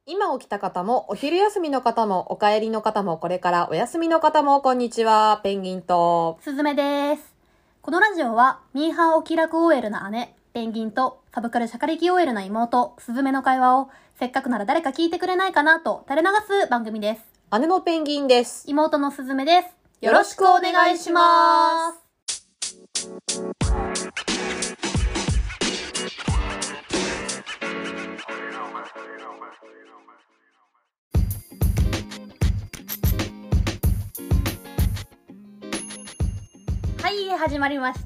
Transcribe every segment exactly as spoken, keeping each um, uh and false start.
今起きた方も、お昼休みの方も、お帰りの方も、これからお休みの方も、こんにちは。ペンギンと、 すずめです。このラジオは、ミーハーお気楽 オーエル な姉、ペンギンと、サブカルシャカリキ オーエル な妹、すずめの会話を、せっかくなら誰か聞いてくれないかなと垂れ流す番組です。 姉のペンギンです。 妹のすずめです。 よろしくお願いします。 はい、始まりました。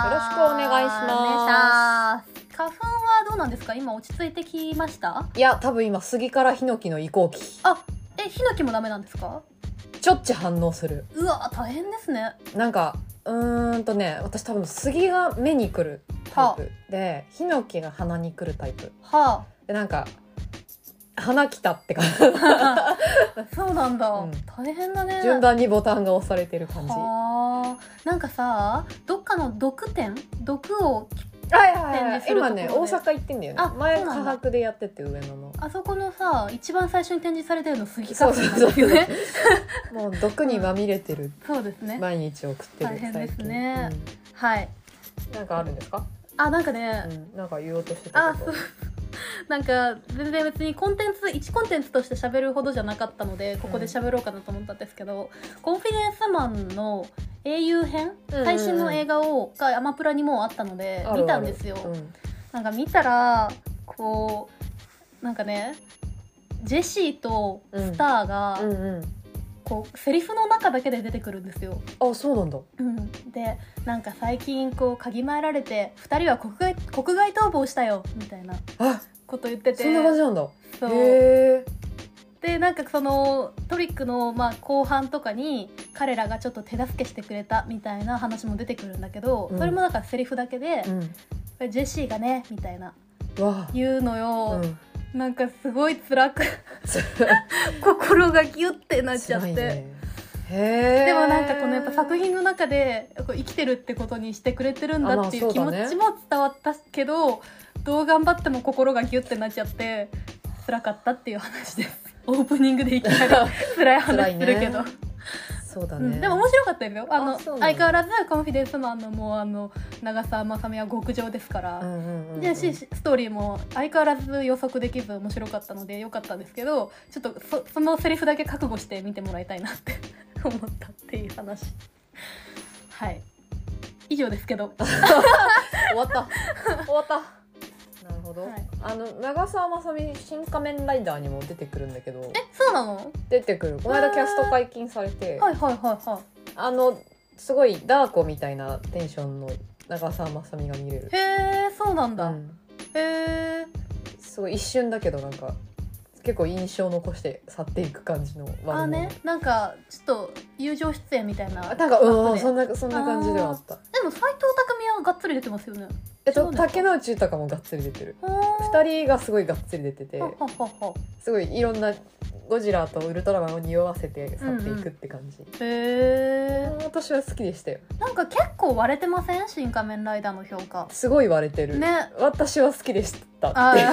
よろしくお願いします。 お願いします。花粉はどうなんですか？今落ち着いてきました？ いや、多分今、杉からヒノキの移行期。 あ、え、ヒノキもダメなんですか？ ちょっち反応する。 うわ、大変ですね。 なんか、うーんとね、私多分杉が目に来るタイプで、ヒノキが鼻に来るタイプ。 はで、なんか、鼻きたって感じ。 あ。そうなんだ、 うん大変だね。 順番にボタンが押されてる感じ。 はあ。なんかさ、どっかの毒展毒をはいはいはい、 展示するところで今ね大阪行ってんだよね。 あ前そうなんだ科博でやってて上野の。 あそこのさ、一番最初に展示されてるの杉そう花粉そうそうなんですよね。 もう毒にまみれてるそうですね。 毎日を送ってる。 大変です最近ね。はい。 うん、なんかあるんですか？ あ、なんかね、 うん、なんか言おうとしてたあ、 こと。 そう。なんか全然別にコンテンツいちコンテンツとして喋るほどじゃなかったのでここで喋ろうかなと思ったんですけど、うん、コンフィデンスマンの英雄編、うんうんうん、最新の映画をがアマプラにもうあったので見たんですよ。あるある、うん、なんか見たらこうなんかね、ジェシーとスターが、うんうんうん、こうセリフの中だけで出てくるんですよ。 あ、そうなんだ。 うん、でなんか最近こう嗅ぎ回られてふたりは国外、国外逃亡したよみたいなこと言ってて、 そんな感じなんだ。 そうへー。 でなんかそのトリックのまあ後半とかに彼らがちょっと手助けしてくれたみたいな話も出てくるんだけど、うん、それもなんかセリフだけで、うん、ジェシーがねみたいな言うのよ、うん、なんかすごい辛く心がギュッてなっちゃって、ね、 へー。 でもなんかこのやっぱ作品の中で生きてるってことにしてくれてるんだっていう気持ちも伝わったけど、どう頑張っても心がギュッてなっちゃって辛かったっていう話です。オープニングでいきなり辛い話するけど、ね、 そうだね、 うん、でも面白かったですよ。あの相変わらずコンフィデンスマンのもうあの長澤まさみは極上ですから、うんうんうんうん、でストーリーも相変わらず予測できず面白かったので良かったんですけど、ちょっと そ, そのセリフだけ覚悟して見てもらいたいなって思ったっていう話。はい、以上ですけど終わった終わった。なるほど、はい、あの長澤まさみ新仮面ライダーにも出てくるんだけど。 え、そうなの？ 出てくる。この間キャスト解禁されて、 はいはいはいはい、 あのすごいダー子みたいなテンションの長澤まさみが見れる。 へえ、そうなんだ、うん、へえ、 すごい一瞬だけどなんか結構印象残して去っていく感じの悪者。 あね、なんかちょっと友情出演みたいな、 なんかうん、そんなそんな感じではあった。 でも斎藤工はがっつり出てますよね。 えっと竹野内豊もがっつり出てる。ふたりがすごいがっつり出てて、すごいいろんなゴジラとウルトラマンを匂わせて去っていくって感じ、うんうん、へー、私は好きでしたよ。 なんか結構割れてません？新仮面ライダーの評価すごい割れてる、ね、私は好きでしたって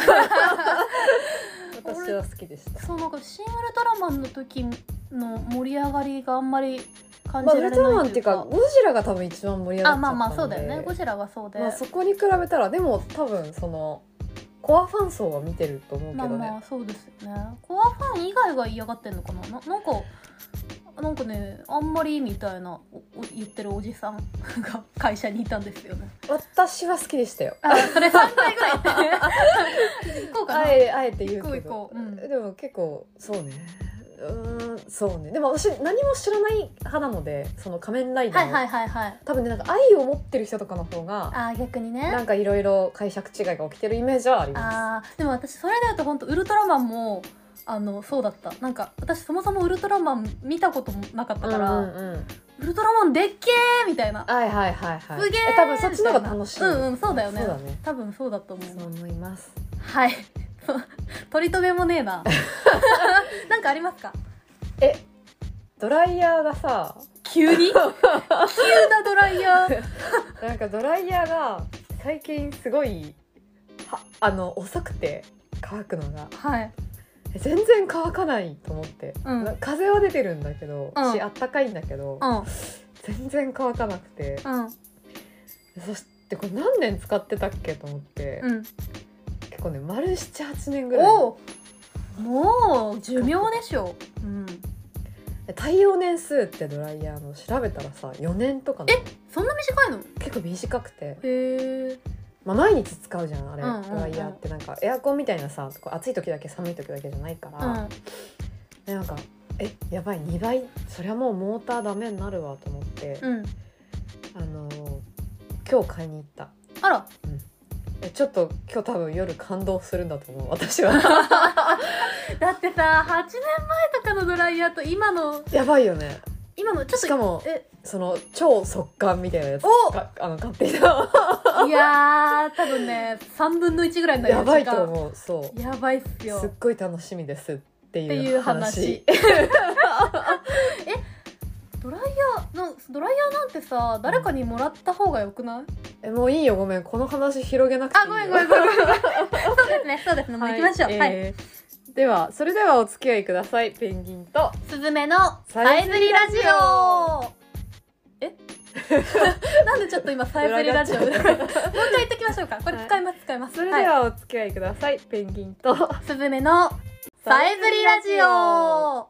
私は好きでした。 そう、なんか新ウルトラマンの時の盛り上がりがあんまり感じられないというか、 まあ、ウルトラマンっていうかゴジラが多分一番盛り上がっちゃったので、あ、まあまあそうだよね、 ゴジラはそうで、 まあ、そこに比べたらでも多分そのコアファン層は見てると思うけどね。 まあまあそうですよね。コアファン以外が嫌がってんのかな、 な, なんかなんかね、あんまりみたいな言ってるおじさんが会社にいたんですよね。 私は好きでしたよ。 あ、それさんかいぐらい言って行こうかな、 あえあえて言うけど、 行こう行こう、うん、 でも結構そうね、うーん、そうね。でも私何も知らない派なので、その仮面ライダーの、はいはいはいはい、多分ね、なんか愛を持ってる人とかの方が、 あ、逆にね、 なんかいろいろ解釈違いが起きてるイメージはあります。 あ、でも私それで言うと本当ウルトラマンもあのそうだった。なんか私そもそもウルトラマン見たこともなかったから、うんうんうん、ウルトラマンでっけーみたいな、 はいはいはいはい、 すげー、 多分そっちの方が楽しい。 うんうん、そうだよね、 そうだね、 多分そうだと思う。 そう思います。はい。 取り留めもねえな。なんかありますか？ え、ドライヤーがさ、 急に急なドライヤーなんかドライヤーが最近すごいはあの遅くて乾くのが、 はい、 全然乾かないと思って、 うん、 風は出てるんだけど、うん、しあったかいんだけど、 うん、 全然乾かなくて、 うん、 そしてこれ何年使ってたっけと思って、 うん、 結構ね丸 ななはち 年ぐらい。 おもう寿命でしょ、うん、 耐用年数ってドライヤーの調べたらさよねんとかの。 えそんな短いの？ 結構短くて、 へー、 まあ、毎日使うじゃんあれ、 うんうんうん、 ドライヤーってなんかエアコンみたいなさ暑い時だけ寒い時だけじゃないから、うん、でなんかえやばいにばいそりゃもうモーターダメになるわと思って、 うん、 あのー、今日買いに行った。 あら、 うん、えちょっと今日多分夜感動するんだと思う私はだってさはちねんまえとかのドライヤーと今のやばいよね。 今のちょっとしかもえその超速乾みたいなやつあの買っていたいやー多分ねさんぶんのいちぐらいのやばいと思う。そうやばいっすよ。 すっごい楽しみですっていう話。 っていう話えドライヤーのドライヤーなんてさ誰かにもらった方がよくない？ えもういいよごめんこの話広げなくていいよ。 あごめんごめんごめんそうですねそうですねもう行きましょう。はい、 えー、ではそれではお付き合いください。ペンギンとスズメのさえずりラジオ。えなんでちょっと今さえずりラジオもう一回言ってきましょうか。これ使います、はい、使います。 それではお付き合いください、はい、ペンギンとスズメのさえずりラジオ。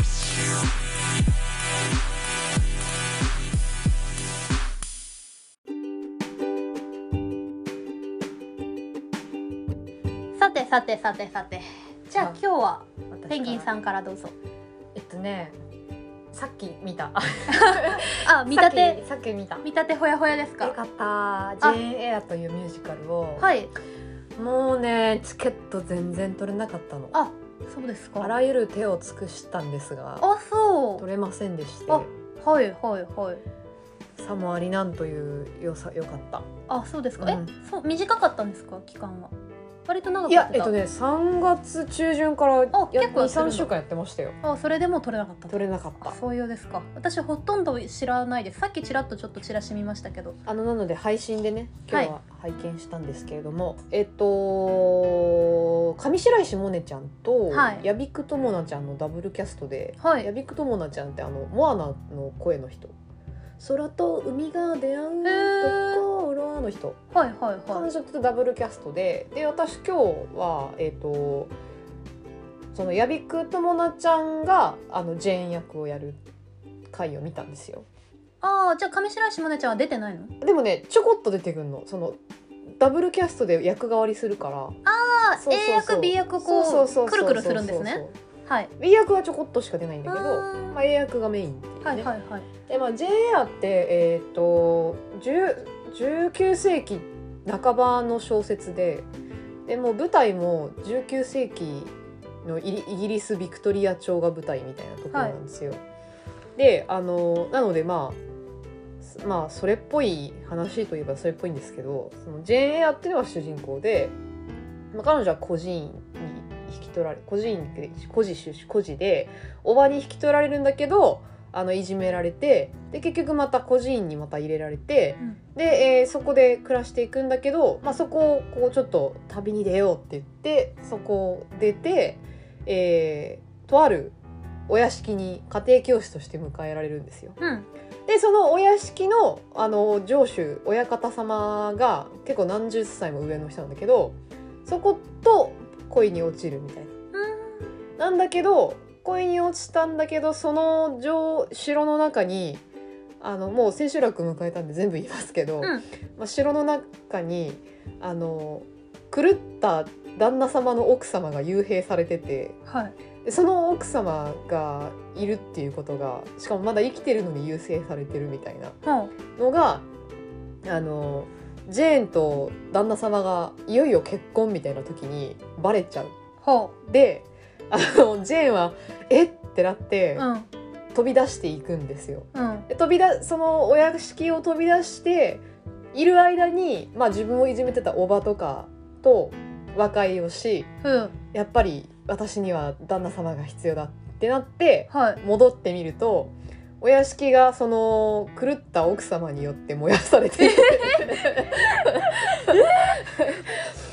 さてさてさてさてじゃあ今日はペンギンさんからどうぞ。 えっとねさっき見たあ見たてさっき見た見たてほやほやですか？ よかったジェーンエアというミュージカルを、 はい、 もうねチケット全然取れなかったの。 あそうですか。 あらゆる手を尽くしたんですがあそう取れませんでして。 あはいはいはいさもありなんというよさよかった。 あそうですか、 うん、 えそう短かったんですか期間は？割と長かった？ いやえっとねさんがつ中旬から結構にさんしゅうかんやってましたよ。 あそれでも取れなかった？ 取れなかった。 そういうですか。私ほとんど知らないです。さっきちらっとちょっとチラシ見ましたけどあのなので配信でね今日は拝見したんですけれども、はい、えっと上白石萌音ちゃんと、はい、やびくともなちゃんのダブルキャストで、はい、やびくともなちゃんってあのモアナの声の人空と海が出会うところの人、 はいはいはい、 彼女とダブルキャストでで私今日はえっとそのやびくともなちゃんがあのジェーン役をやる回を見たんですよ。 ああじゃあ上白石萌音ちゃんは出てないの？ でもねちょこっと出てくるの。そのダブルキャストで役替わりするから。 ああ A 役 B 役こうくるくるするんですね。はい、 B 役はちょこっとしか出ないんだけど、まあ、A 役がメインっていうね。 はいはいはい。 でまあ ジェーエーエー ってえっとじゅうきゅうせいき半ばの小説で、でもう舞台もじゅうきゅうせいきのイギリスビクトリア朝が舞台みたいなところなんですよ。はい、であのなのでまあまあそれっぽい話といえばそれっぽいんですけど、そのジェーンエーっていうのは主人公で、まあ、彼女は孤児院に引き取られ孤児院で孤児出身孤児でおばに引き取られるんだけどあのいじめられてで結局また孤児院にまた入れられて、うん、で、えー、そこで暮らしていくんだけど、まあ、そこをこうちょっと旅に出ようって言ってそこを出て、えー、とあるお屋敷に家庭教師として迎えられるんですよ。 うん、 でそのお屋敷のあの城主親方様が結構何十歳も上の人なんだけどそこと恋に落ちるみたいな。うん、なんだけど恋に落ちたんだけどその城城の中にあのもう千秋楽迎えたんで全部言いますけど、うん、まあ、城の中にあの狂った旦那様の奥様が幽閉されてて、 はい、 でその奥様がいるっていうことがしかもまだ生きてるのに幽閉されてるみたいなのが、うん、あのジェーンと旦那様がいよいよ結婚みたいな時にバレちゃう。 はあ、であのジェーンはえってなって、 うん、 飛び出していくんですよ。 うん、 で飛びだそのお屋敷を飛び出している間に、まあ、自分をいじめてたおばとかと和解をし、 うん、 やっぱり私には旦那様が必要だってなって、 はい、 戻ってみるとお屋敷がその狂った奥様によって燃やされていてで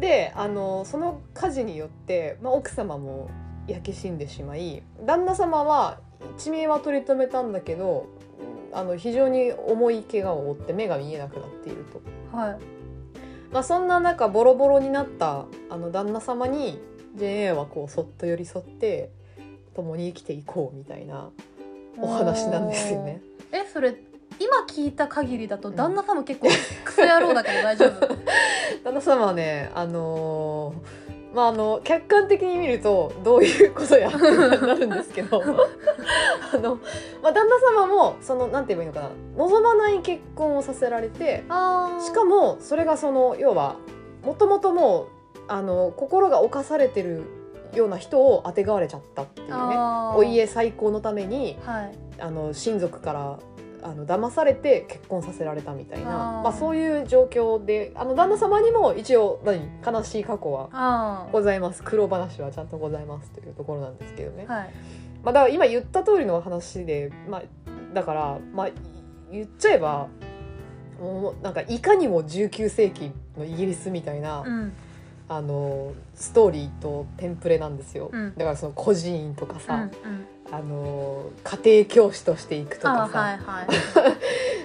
であのその火事によって、まあ、奥様も焼け死んでしまい、旦那様は一命は取り留めたんだけど、あの非常に重い怪我を負って目が見えなくなっていると、はい、まあ、そんな中ボロボロになったあの旦那様に ジェーンエー はこうそっと寄り添って共に生きていこうみたいなお話なんですよね。 え、それ今聞いた限りだと旦那様結構クソ野郎だけど大丈夫？ 旦那様はね、あのー、まああの客観的に見るとどういうことやってなるんですけどあの、まあ、旦那様もそのなんて言えばいいのかな、望まない結婚をさせられて、しかもそれがその要はもともともうあの心が侵されてるような人をあてがわれちゃったっていうね、お家再興のために、はい、あの親族からあの騙されて結婚させられたみたいな、あ、まあ、そういう状況で、あの旦那様にも一応何悲しい過去はございます、苦労話はちゃんとございますというところなんですけどね、はい、まあ、だから今言った通りの話で、まあ、だから、まあ、言っちゃえばもうなんかいかにもじゅうきゅうせいきのイギリスみたいな、うん、あのストーリーとテンプレなんですよ、うん、だからその孤児院とかさ、うんうん、あの家庭教師としていくとかさ、はいはい、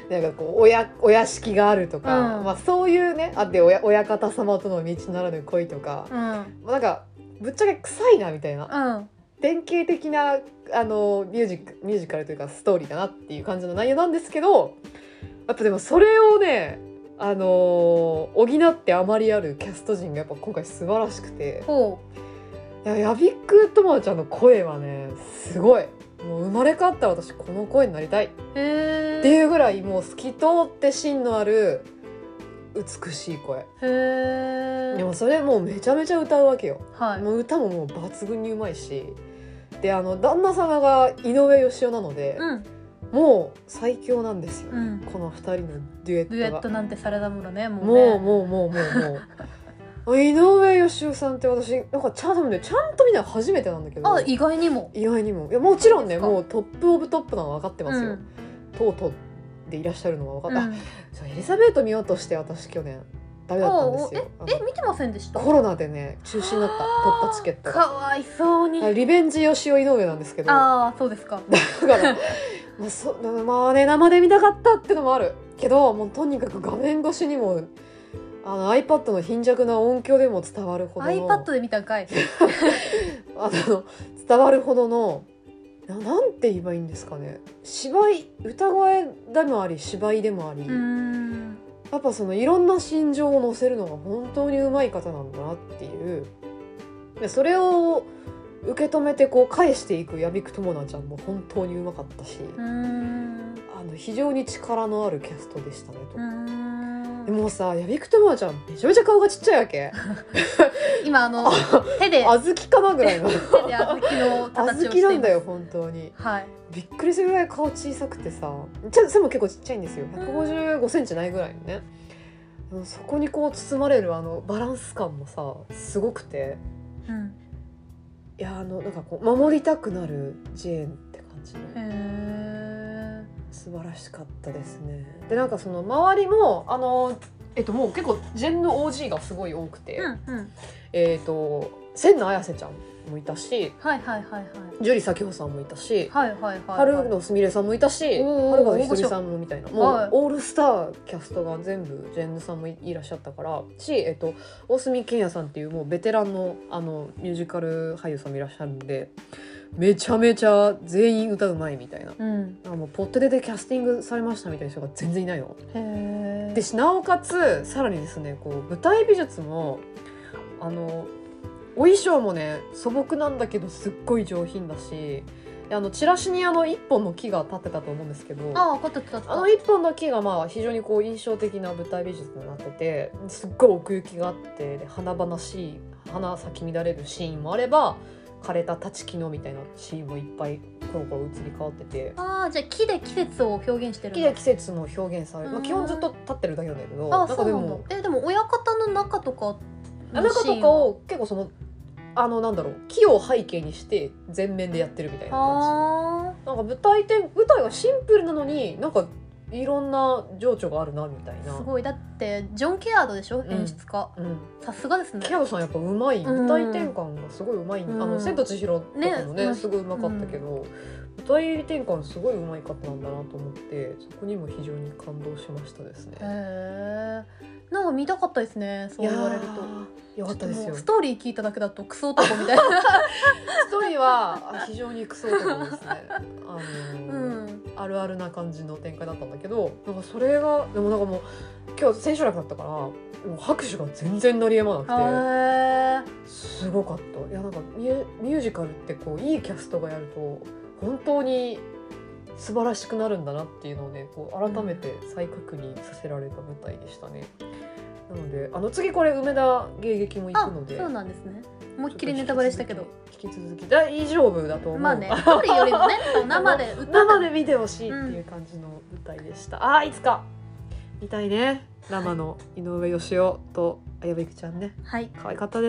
なんかこう お, やお屋敷があるとか、うん、まあ、そういうね、あって親親方様との道ならぬ恋とか、うん、なんかぶっちゃけ臭いなみたいな、うん、典型的なあのミュージックミュージカルというかストーリーだなっていう感じの内容なんですけど、やっぱでもそれをね、あのー、補ってあまりあるキャスト陣がやっぱ今回素晴らしくて、いやヤビックトマちゃんの声はねすごい、もう生まれ変わったら私この声になりたいっていうぐらい、もう透き通って芯のある美しい声。へでもそれもうめちゃめちゃ歌うわけよ、はい、もう歌ももう抜群にうまいし、であの旦那様が井上芳雄なので、うん、もう最強なんですよ、うん、このふたりのデュエットが。 デュエットなんてされたものね、もうね、 もうもうもうもうもう井上芳雄さんって私なんかちゃんと、ね、ちゃんと見たの初めてなんだけど、 あ、意外にも意外にもいやもちろんね、もうトップオブトップなの分かってますよ、うん、とうとうでいらっしゃるのは分かった、うん、そうエリザベート見ようとして私去年ダメだったんですよ。 ええ見てませんでした？ コロナでね中止になった、取ったチケットが。 かわいそうに。 リベンジ芳雄井上なんですけど、 ああそうですか。 だからまあ、そまあね生で見たかったってのもあるけど、もうとにかく画面越しにもあの iPad の貧弱な音響でも伝わるほどの iPad で見たんかいあの伝わるほどの な, なんて言えばいいんですかね、芝居歌声でもあり芝居でもあり、うーんやっぱそのいろんな心情を乗せるのが本当にうまい方なんだなっていう、でそれを受け止めてこう返していくヤビクトモナちゃんも本当にうまかったし、うーんあの非常に力のあるキャストでしたねと。うーんでもさヤビクトモナちゃんめちゃめちゃ顔がちっちゃいわけ今あの手で小豆かなぐらいの手で小豆の形をしています。 小豆なんだよ本当に、はい、びっくりするぐらい顔小さくてさ、背も結構ちっちゃいんですよ、ひゃくごじゅうごセンチないぐらいのね。でもそこにこう包まれるあのバランス感もさすごくて、うん、いやあのなんかこう守りたくなるジェーンって感じの、へ素晴らしかったですね。でなんかその周りもあのえっともう結構ジェンの オージー がすごい多くて、うんうん、えっと千野綾瀬ちゃんもいたし、はいはいはいはい、樹里咲穂さんもいたし、はいはいはいはい、春野すみれさんもいたし、春川ひとりさんもみたいな、もう、はい、オールスターキャストが全部ジェンヌさんも い, いらっしゃったからし、えっと、大隅健也さんっていうもうベテラン の, あのミュージカル俳優さんもいらっしゃるんで、めちゃめちゃ全員歌うまいみたいな、うん、あもうポットででキャスティングされましたみたいな人が全然いないの。へでなおかつさらにですねこう舞台美術もあのお衣装もね素朴なんだけどすっごい上品だし、あのチラシにあの一本の木が立ってたと思うんですけど、 ああ、立ってたあの一本の木がまあ非常にこう印象的な舞台美術になってて、すっごい奥行きがあってで華々しい花咲き乱れるシーンもあれば枯れた立ち木のみたいなシーンもいっぱいコロコロ移り変わってて、 ああじゃあ木で季節を表現してるんだ。 木で季節の表現される、まあ、基本ずっと立ってるだけなんだけど、 あなんかでもそうなんだ。えでも親方の中とか中とかを結構そのあのなんだろう木を背景にして全面でやってるみたいな感じ。なんか舞台って舞台はシンプルなのになんかいろんな情緒があるなみたいな。 すごい。だってジョン・ケアードでしょ、 うん演出家、 うん、 さすがですね。 ケアードさんやっぱうまい、舞台転換がすごいうまい、 うん、 あの千と千尋とかもね、 ねすごいうまかったけど、うん、舞台転換すごいうまい方なんだなと思って、そこにも非常に感動しましたですね。 へー、なんか見たかったですね、そう言われると。 よかったですよ。 ストーリー聞いただけだとクソ男みたいなストーリーは非常にクソ男ですね。あのーうん、あるあるな感じの展開だったんだけど、なんかそれがでもなんかもう今日千秋楽だったから、もう拍手が全然鳴りやまなくて、すごかった。いやなんかミュ、ミュージカルってこういいキャストがやると本当に素晴らしくなるんだなっていうのをね、こう改めて再確認させられた舞台でしたね。なのであの次これ梅田芸劇も行くので。 そうなんですね。思いっきりネタバレしたけど引き続き大丈夫だと思う。 まあね、ストーリーよりもね生で歌生で見てほしいっていう感じの舞台でした。うん、あーいつか見たいね、生の井上芳雄と綾部育ちゃんね。 はい、 可愛かったです。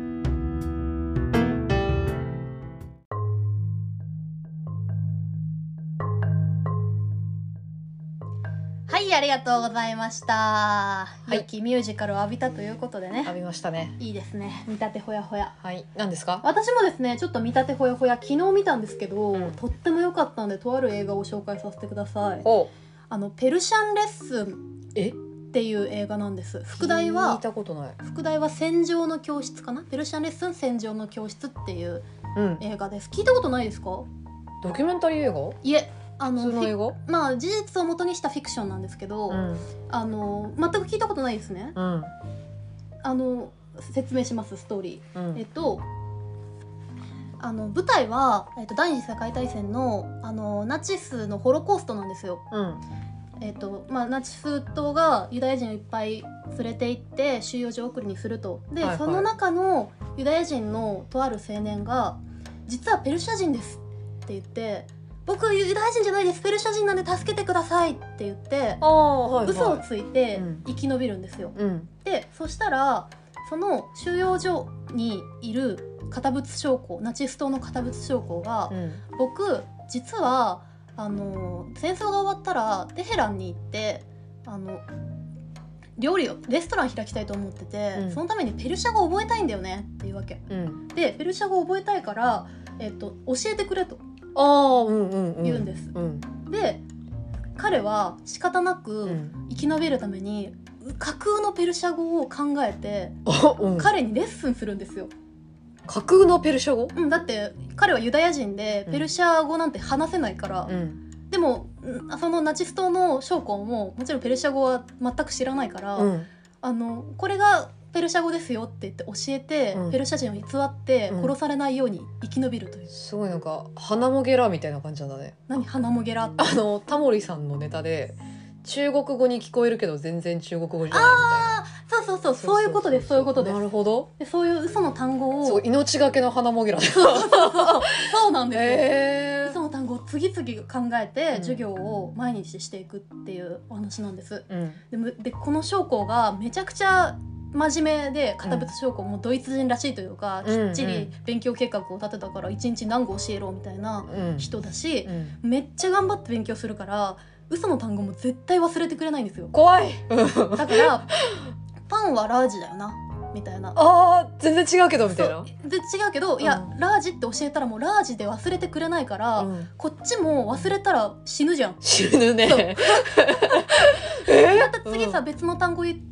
はい、ありがとうございました。はい、良きミュージカルを浴びたということでね。 浴びましたね。 いいですね。見立てほやほや。 はい、何ですか？ 私もですね、ちょっと見立てほやほや昨日見たんですけど、 うん、 とっても良かったのでとある映画を紹介させてください。 おあのペルシャンレッスンっていう映画なんです。副題は聞いたことない。 副題は戦場の教室かな。ペルシャンレッスン戦場の教室っていう映画です。うん、聞いたことないですか？ ドキュメンタリー映画？ いえ。あの普通の映画？ まあ事実を元にしたフィクションなんですけど、うん、あの全く聞いたことないですね。うん、あの説明しますストーリー。うん、えっとあの舞台は、えっと、第二次世界大戦のあのナチスのホロコーストなんですよ。うん、えっとまあ、ナチス党がユダヤ人をいっぱい連れて行って収容所送りにすると。で、はいはい、その中のユダヤ人のとある青年が実はペルシャ人ですって言って、僕ユダヤ人じゃないです、ペルシャ人なんで助けてくださいって言って、はいはい、嘘をついて生き延びるんですよ。うん、でそしたらその収容所にいる堅物将校、ナチス党の堅物将校が、うん、僕実はあの戦争が終わったらテヘランに行ってあの料理をレストラン開きたいと思ってて、うん、そのためにペルシャ語を覚えたいんだよねっていうわけ、うん、でペルシャ語を覚えたいから、えっと、教えてくれと言うんです、うんうんうん、で彼は仕方なく生き延びるために架空のペルシャ語を考えて、うん、彼にレッスンするんですよ。 架空のペルシャ語？ うん、だって彼はユダヤ人でペルシャ語なんて話せないから、うん、でもそのナチス党の将校ももちろんペルシャ語は全く知らないから、うん、あのこれがペルシャ語ですよって言って教えて、うん、ペルシャ人を偽って殺されないように生き延びるという、うん、 すごいなんか花もゲラみたいな感じなんだね。 何花もゲラって？ あのタモリさんのネタで中国語に聞こえるけど全然中国語じゃないみたいな。 あそうそうそう、そういうことです、そういうことです。 なるほど。 でそういう嘘の単語をそう命がけの花もゲラ。 そうそうそうそうそうなんですよ、えー、嘘の単語を次々考えて授業を毎日していくっていうお話なんです、うん、で, でこの将校がめちゃくちゃ真面目で堅物将校もドイツ人らしいというか、うん、きっちり勉強計画を立てたから一日何語教えろみたいな人だし、うんうん、めっちゃ頑張って勉強するから嘘の単語も絶対忘れてくれないんですよ。 怖い。 だからパンはラージだよなみたいな。 あー全然違うけどみたいな。 全然違うけど、うん、いやラージって教えたらもうラージで忘れてくれないから、うん、こっちも忘れたら死ぬじゃん。 死ぬね。 えー、だって次さ、うん、別の単語言って、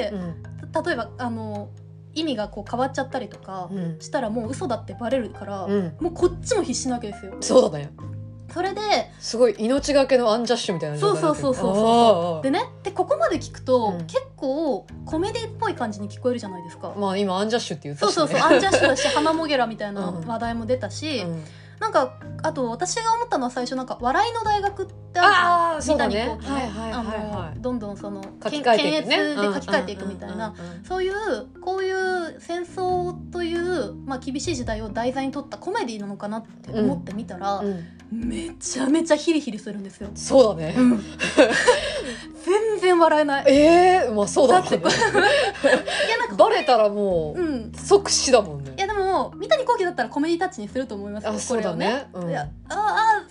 うん、例えばあの意味がこう変わっちゃったりとかしたらもう嘘だってバレるから、うん、もうこっちも必死なわけですよ。 そうだね。 それですごい命がけのアンジャッシュみたいな状態になってる。 そうそうそうそう。でね、でここまで聞くと、うん、結構コメディっぽい感じに聞こえるじゃないですか。 まあ今アンジャッシュって言ったしね。 そうそうそう、アンジャッシュだし花もげらみたいな話題も出たし、うん、なんかあと私が思ったのは最初なんか笑いの大学ってあるじゃないですか。三谷幸喜ね、どんどんその書き換えていくね、 検閲で書き換えていくみたいな、そういうこういう戦争という、まあ、厳しい時代を題材に取ったコメディなのかなって思ってみたら、うんうんめちゃめちゃヒリヒリするんですよ。 そうだね、うん、 全然笑えない。 えー、まあそうだね。いやなんかバレたらもう、うん、即死だもんね。 いやでも三谷幸喜だったらコメディタッチにすると思いますよ。 あ、そうだね、うん、 いやああ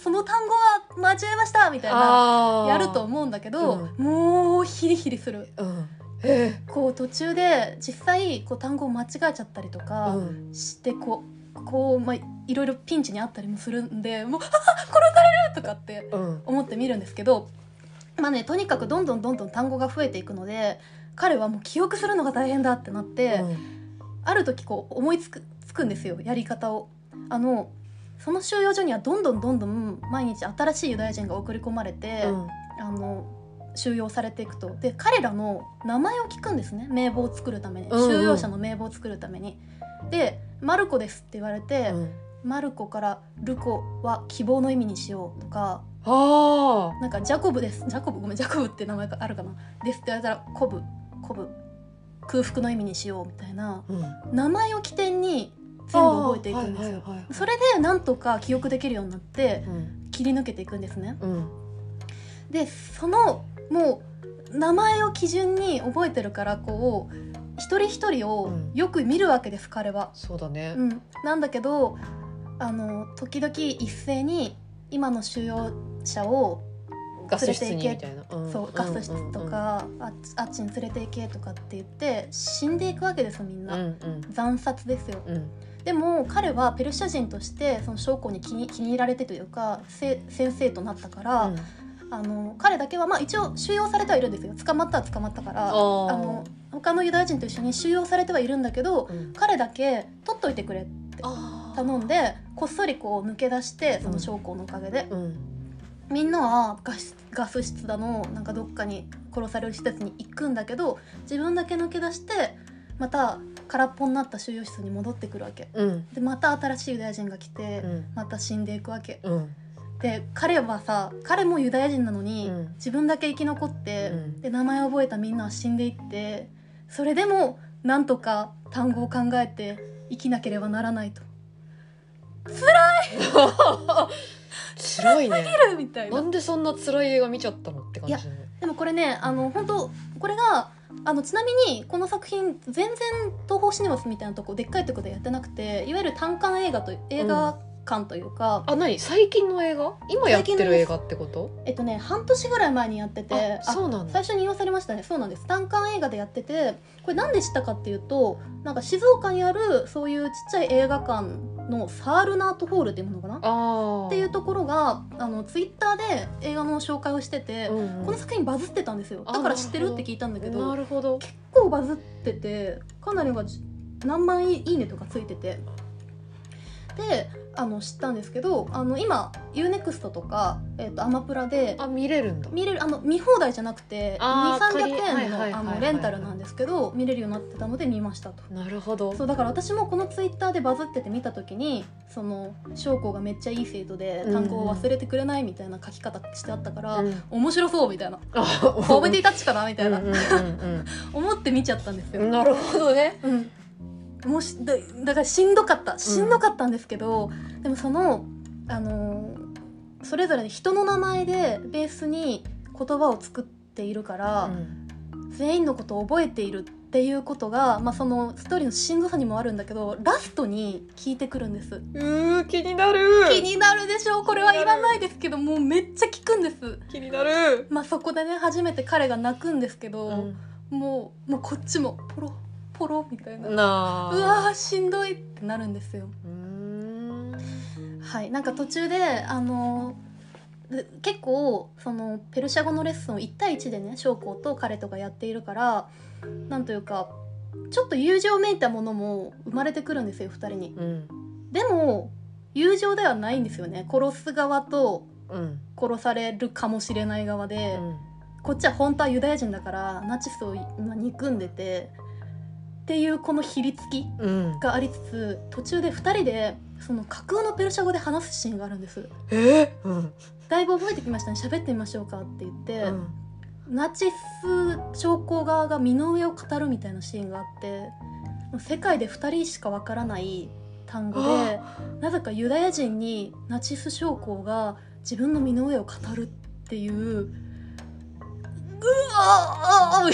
その単語は間違えましたみたいなやると思うんだけど、うん、もうヒリヒリする、 うんこう途中で実際こう単語を間違えちゃったりとかしてこう、こう、まあ、いろいろピンチにあったりもするんでもう「あっ殺される!」とかって思って見るんですけど、まあね、とにかくどんどんどんどん単語が増えていくので彼はもう記憶するのが大変だってなって、うん、ある時こう思いつく、つくんですよ、やり方を。あのその収容所にはどんどんどんどん毎日新しいユダヤ人が送り込まれて、うん、あの収容されていくと。で彼らの名前を聞くんですね、名簿を作るために、うんうん、収容者の名簿を作るために。でマルコですって言われて、うん、マルコからルコは希望の意味にしようとか、あなんかジャコブですジャコブごめんジャコブって名前があるかなですって言われたらコブコブ空腹の意味にしようみたいな、うん、名前を起点に全部覚えていくんですよ、はいはいはいはい、それでなんとか記憶できるようになって、うん、切り抜けていくんですね、うん、でそのもう名前を基準に覚えてるからこう一人一人をよく見るわけです、うん、彼は。 そうだね、 うん、なんだけどあの時々一斉に今の収容者をガス室にみたいな、 うん、そうガス室とか、うんうんうん、あ, あっちに連れて行けとかって言って死んでいくわけですよみんな、うんうん、惨殺ですよ、うん、でも彼はペルシャ人としてその将校に気に、気に入られてというか先生となったから、うん、あの彼だけは、まあ、一応収容されてはいるんですよ。捕まったは捕まったからあの他のユダヤ人と一緒に収容されてはいるんだけど、うん、彼だけ取っといてくれって頼んでこっそりこう抜け出してその将校のおかげで、うんうん、みんなはガス、ガス室だのなんかどっかに殺される施設に行くんだけど自分だけ抜け出してまた空っぽになった収容室に戻ってくるわけ、うん、でまた新しいユダヤ人が来て、うん、また死んでいくわけ、うん、で彼はさ彼もユダヤ人なのに、うん、自分だけ生き残って、うん、で名前を覚えたみんなは死んでいってそれでもなんとか単語を考えて生きなければならないと。辛い辛いね。 辛すぎるみたいな。 なんでそんな辛い映画見ちゃったのって感じだね。 いやでもこれねあの本当これがあのちなみにこの作品全然東宝シネマスみたいなとこでっかいとこでやってなくていわゆる単館映画と映画館というか、 うん、あ何最近の映画今やってる映画ってこと？ えっとね半年ぐらい前にやっててあそうなんだ。 最初に言わされましたね。そうなんです。単館映画でやっててこれなんで知ったかっていうとなんか静岡にあるそういうちっちゃい映画館のサールナートホールっていうものかなあっていうところがあのツイッターで映画の紹介をしてて、うんうん、この作品バズってたんですよ。だから知ってるって聞いたんだけど、 なるほど結構バズっててかなりが何万いいねとかついててであの知ったんですけどあの今 ユーネクスト とか、えー、とアマプラであ見れるんだ見れるあの見放題じゃなくてにせんさんびゃくえんの、あのレンタルなんですけど見れるようになってたので見ましたと。 なるほど。 そうだから私もこのツイッターでバズってて見た時にその将校がめっちゃいい生徒で単語を忘れてくれないみたいな書き方してあったから、うん、面白そうみたいなコメディタッチかなみたいな思って見ちゃったんですよ。 なるほどね、 うんもし だ, だからしんどかったしんどかったんですけど、うん、でもその、あのー、それぞれ人の名前でベースに言葉を作っているから、うん、全員のことを覚えているっていうことが、まあ、そのストーリーのしんどさにもあるんだけどラストに聞いてくるんです。 うー気になる気になるでしょ。これはいらないですけどもうめっちゃ聞くんです。 気になる、 まあ、そこでね初めて彼が泣くんですけど、うん、もう、もうこっちもポロポロみたいななうわーしんどいってなるんですよ。うーんはいなんか途中であの結構そのペルシャ語のレッスンをいち対いちでね将校と彼とかやっているからなんというかちょっと友情めいたものも生まれてくるんですよふたりに、うん、でも友情ではないんですよね。殺す側と殺されるかもしれない側で、うん、こっちは本当はユダヤ人だからナチスを憎んでてっていうこのひりつきがありつつ、うん、途中でふたりでその架空のペルシャ語で話すシーンがあるんです。 えーうん、 だいぶ覚えてきましたね。喋ってみましょうかって言って、うん、ナチス将校側が身の上を語るみたいなシーンがあって世界でふたりしかわからない単語でなぜかユダヤ人にナチス将校が自分の身の上を語るっていううわあ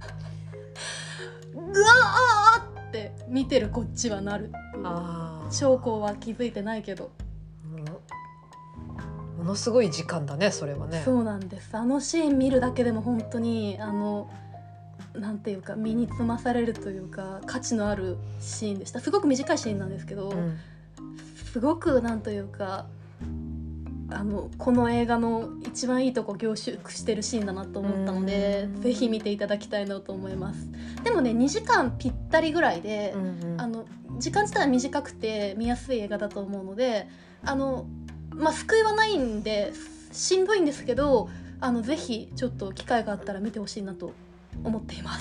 うわーって見てるこっちはなるっていう。将校は気づいてないけど、 うのすごい時間だねそれはね。 そうなんです。あのシーン見るだけでも本当にあのなんていうか身につまされるというか価値のあるシーンでした。すごく短いシーンなんですけど、うん、すごくなんというかあのこの映画の一番いいとこ凝縮してるシーンだなと思ったので、ぜひ見ていただきたいなと思います。でもねにじかんぴったりぐらいで、うんうん、あの時間自体は短くて見やすい映画だと思うので、あのまあ救いはないんでしんどいんですけど、あのぜひちょっと機会があったら見てほしいなと思っています。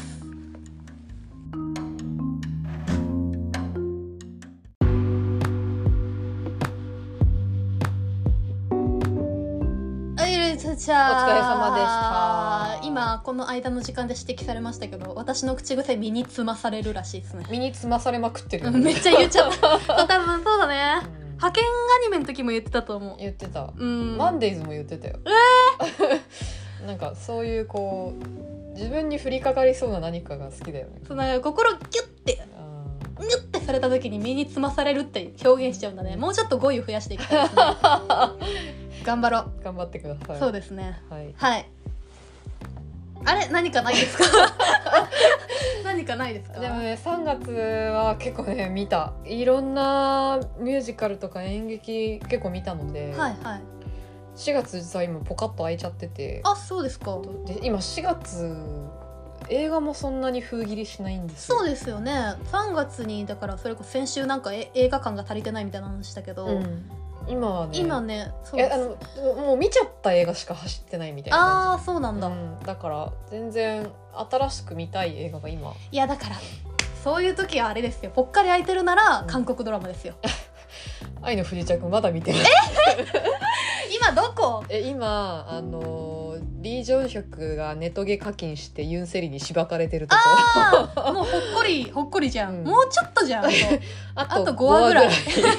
じゃあお疲れ様でした。 今この間の時間で指摘されましたけど、私の口癖身につまされるらしいですね。 身につまされまくってるよねめっちゃ言っちゃった多分そうだね、うん、派遣アニメの時も言ってたと思う。 言ってた、 うん、 マンデイズも言ってたよ、えー、なんかそういうこう自分に降りかかりそうな何かが好きだよね。 そうなんか心ギュッてギュッてされた時に身につまされるって表現しちゃうんだね。もうちょっと語彙を増やしていきたいですね頑張ろう。 頑張ってください。 そうですね。 はい。 はい、あれ何かないですか何かないですか。 でもねさんがつは結構ね見た。いろんなミュージカルとか演劇結構見たので、 はいはい、 しがつ実は今ポカッと空いちゃってて。 あ、そうですか。 で今しがつ映画もそんなに封切りしないんですよ。 そうですよね。さんがつにだからそれこそ先週なんかえ映画館が足りてないみたいな話したけど、うん、 今はね今ねそうです。 あのもう見ちゃった映画しか走ってないみたいな感じ。 ああそうなんだ、 うん、だから全然新しく見たい映画が今。 いやだからそういう時はあれですよ、ぽっかり空いてるなら韓国ドラマですよ、 うん、愛の不時着まだ見てない今どこえ今あのリー・ジョンヒョクがネトゲ課金してユンセリにしばかれてるとこ。 あもうほっこりほっこりじゃん、うん、もうちょっとじゃんあとあとあとごわぐらい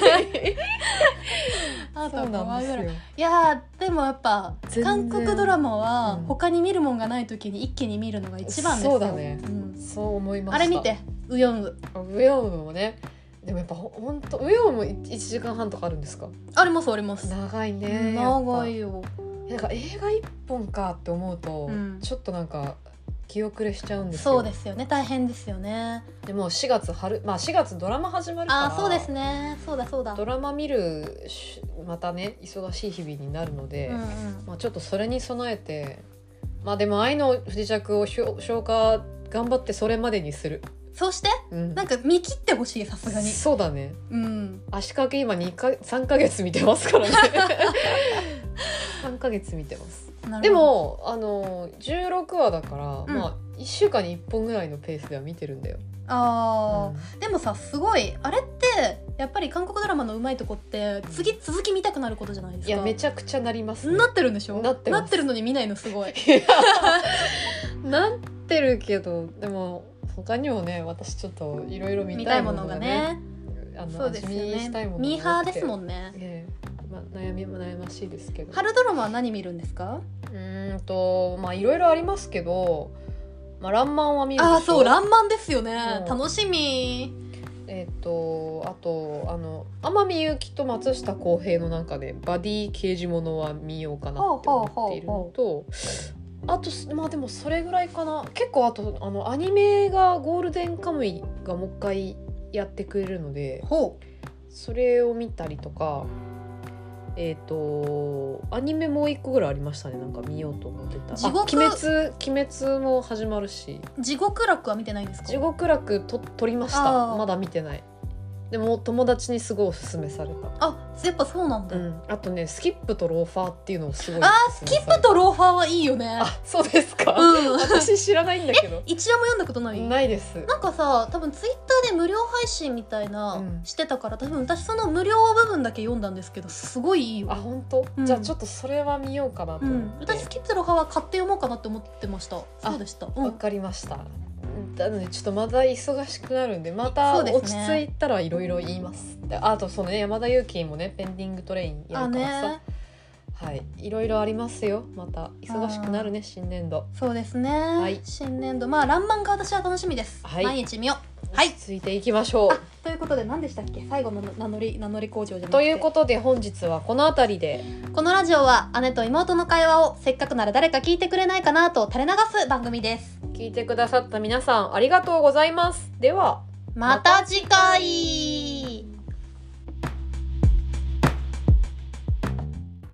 あとごわぐらい。いやでもやっぱ韓国ドラマは他に見るもんがない時に一気に見るのが一番ですよ。 そうだね、うん、そう思いました。 あれ見てウヨンウウヨンウもね。でもやっぱほんとウヨンウもいちじかんはんとかあるんですか。 ありますあります。 長いね。 長いよ。 なんか映画いっぽんかって思うと、うん、ちょっとなんか気遅れしちゃうんですよ。 そうですよね、大変ですよね。 でもしがつ春、まあしがつドラマ始まるから。 あ、そうですね、そうだそうだ。 ドラマ見るまたね忙しい日々になるので、うんうん、まあ、ちょっとそれに備えて、まあでも愛の不時着を消化頑張ってそれまでにする。 そうして、うん、なんか見切ってほしい、さすがに。 そうだね、 うん、 足掛け今にかさんかげつ見てますからねさんかげつ見てます。でもあのじゅうろくわだから、うん、まあいっしゅうかんにいっぽんぐらいのペースでは見てるんだよ。 あ、うん、でもさすごいあれってやっぱり韓国ドラマのうまいとこって次続き見たくなることじゃないですか。 いやめちゃくちゃなりますね。 なってるんでしょ。 なってます。 なってるのに見ないのすごいなってるけどでも他にもね私ちょっといろいろ見たいものがね、あのそうですよね、したいものミーハーですもんね、 えーまあ、悩みも悩ましいですけど。 春ドラマは何見るんですか。 うーんとまあいろいろありますけど、まあ、ランマンは見るでしょ。 あ、そうランマンですよね、楽しみ。 えっ、ー、とあとあの天海祐希と松下洸平のなんかで、ね、バディ刑事ものは見ようかなって思っているのと、あとまあでもそれぐらいかな。結構あとあのアニメがゴールデンカムイがもう一回やってくれるので、 ほうそれを見たりとか、えっ、ー、とアニメもう一個ぐらいありましたね。なんか見ようと思ってた。 地獄鬼滅鬼滅も始まるし。 地獄楽は見てないんですか。 地獄楽と撮りました。まだ見てない。でも友達にすごいおすすめされた。 あ、やっぱそうなんだ、うん、 あとねスキップとローファーっていうのをすごいあスキップとローファーはいいよね。 あ、そうですか、うん、私知らないんだけど。 一話も読んだことない。 ないです。 なんかさ多分ツイッターで無料配信みたいな、うん、してたから多分私その無料部分だけ読んだんですけどすごいいいよ。 あ、本当、うん、じゃあちょっとそれは見ようかなと思って、うん、 私スキップとローファーは買って読もうかなって思ってました。そうでした。わ、 うん、かりました。なのでちょっとまだ忙しくなるんでまた落ち着いたらいろいろ言います。であとそのね山田裕貴もねペンディングトレインやるからさ、はい、いろいろありますよ。また忙しくなるね新年度。 そうですね、 はい、 新年度まあランマンが私は楽しみです、はい、毎日見よう。はい、 ついていきましょう。 とということで何でしたっけ、最後の名乗り名乗り工場じゃなくて。 ということで本日はこの辺りで。 このラジオは姉と妹の会話をせっかくなら誰か聞いてくれないかなと垂れ流す番組です。 聞いてくださった皆さんありがとうございます。ではまた次回。